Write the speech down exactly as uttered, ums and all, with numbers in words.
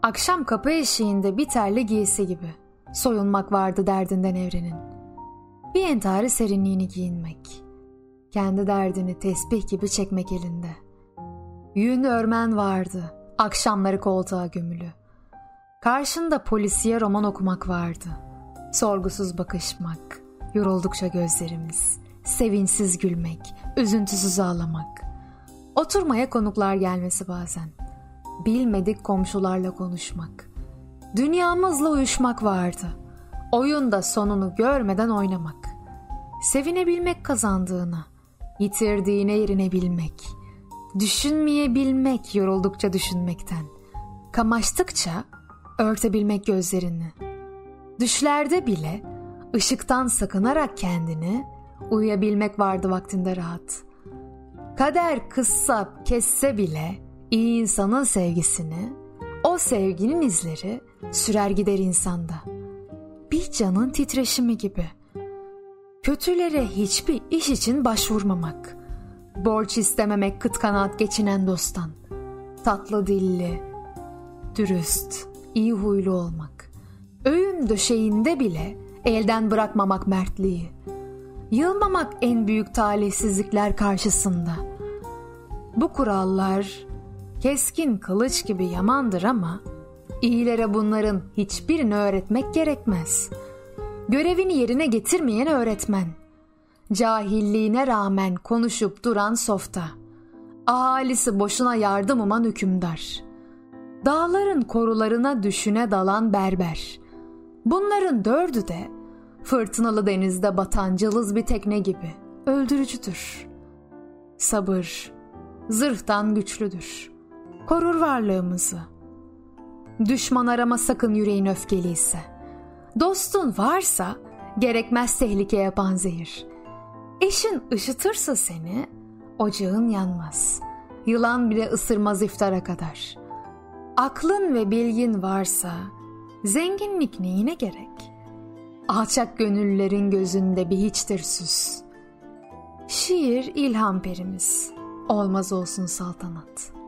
Akşam kapı eşiğinde bir terli giysi gibi. Soyunmak vardı derdinden evrenin. Bir entari serinliğini giyinmek. Kendi derdini tesbih gibi çekmek elinde. Yün örmen vardı, akşamları koltuğa gömülü. Karşında polisiye roman okumak vardı. Sorgusuz bakışmak, yoruldukça gözlerimiz, sevinçsiz gülmek, üzüntüsüz ağlamak. Oturmaya konuklar gelmesi bazen. Bilmedik komşularla konuşmak. Dünyamızla uyuşmak vardı. Oyunda sonunu görmeden oynamak. Sevinebilmek kazandığına, yitirdiğine yerinebilmek. Düşünmeyebilmek yoruldukça düşünmekten. Kamaştıkça örtebilmek gözlerini. Düşlerde bile ışıktan sakınarak kendini uyuyabilmek vardı vaktinde rahat. Kader kıssa kesse bile iyi insanın sevgisini, o sevginin izleri sürer gider insanda. Bir canın titreşimi gibi. Kötülere hiçbir iş için başvurmamak. Borç istememek kıt kanaat geçinen dosttan. Tatlı dilli, dürüst, iyi huylu olmak. Öğün döşeğinde bile elden bırakmamak mertliği. Yılmamak en büyük talihsizlikler karşısında. Bu kurallar keskin kılıç gibi yamandır ama iyilere bunların hiçbirini öğretmek gerekmez. Görevini yerine getirmeyen öğretmen. Cahilliğine rağmen konuşup duran softa. Ahalisi boşuna yardım uman hükümdar. Dağların korularına düşüne dalan berber. Bunların dördü de fırtınalı denizde batan cılız bir tekne gibi öldürücüdür. Sabır zırhtan güçlüdür. Korur varlığımızı. Düşman arama sakın yüreğin öfkeliyse. Dostun varsa gerekmez tehlikeye panzehir. Eşin ışıtırsa seni ocağın yanmaz. Yılan bile ısırmaz iftara kadar. Aklın ve bilgin varsa zenginlik neyine gerek? Alçak gönüllülerin gözünde bir hiçtir süs. Şiir ilham perimiz, olmaz olsun saltanat.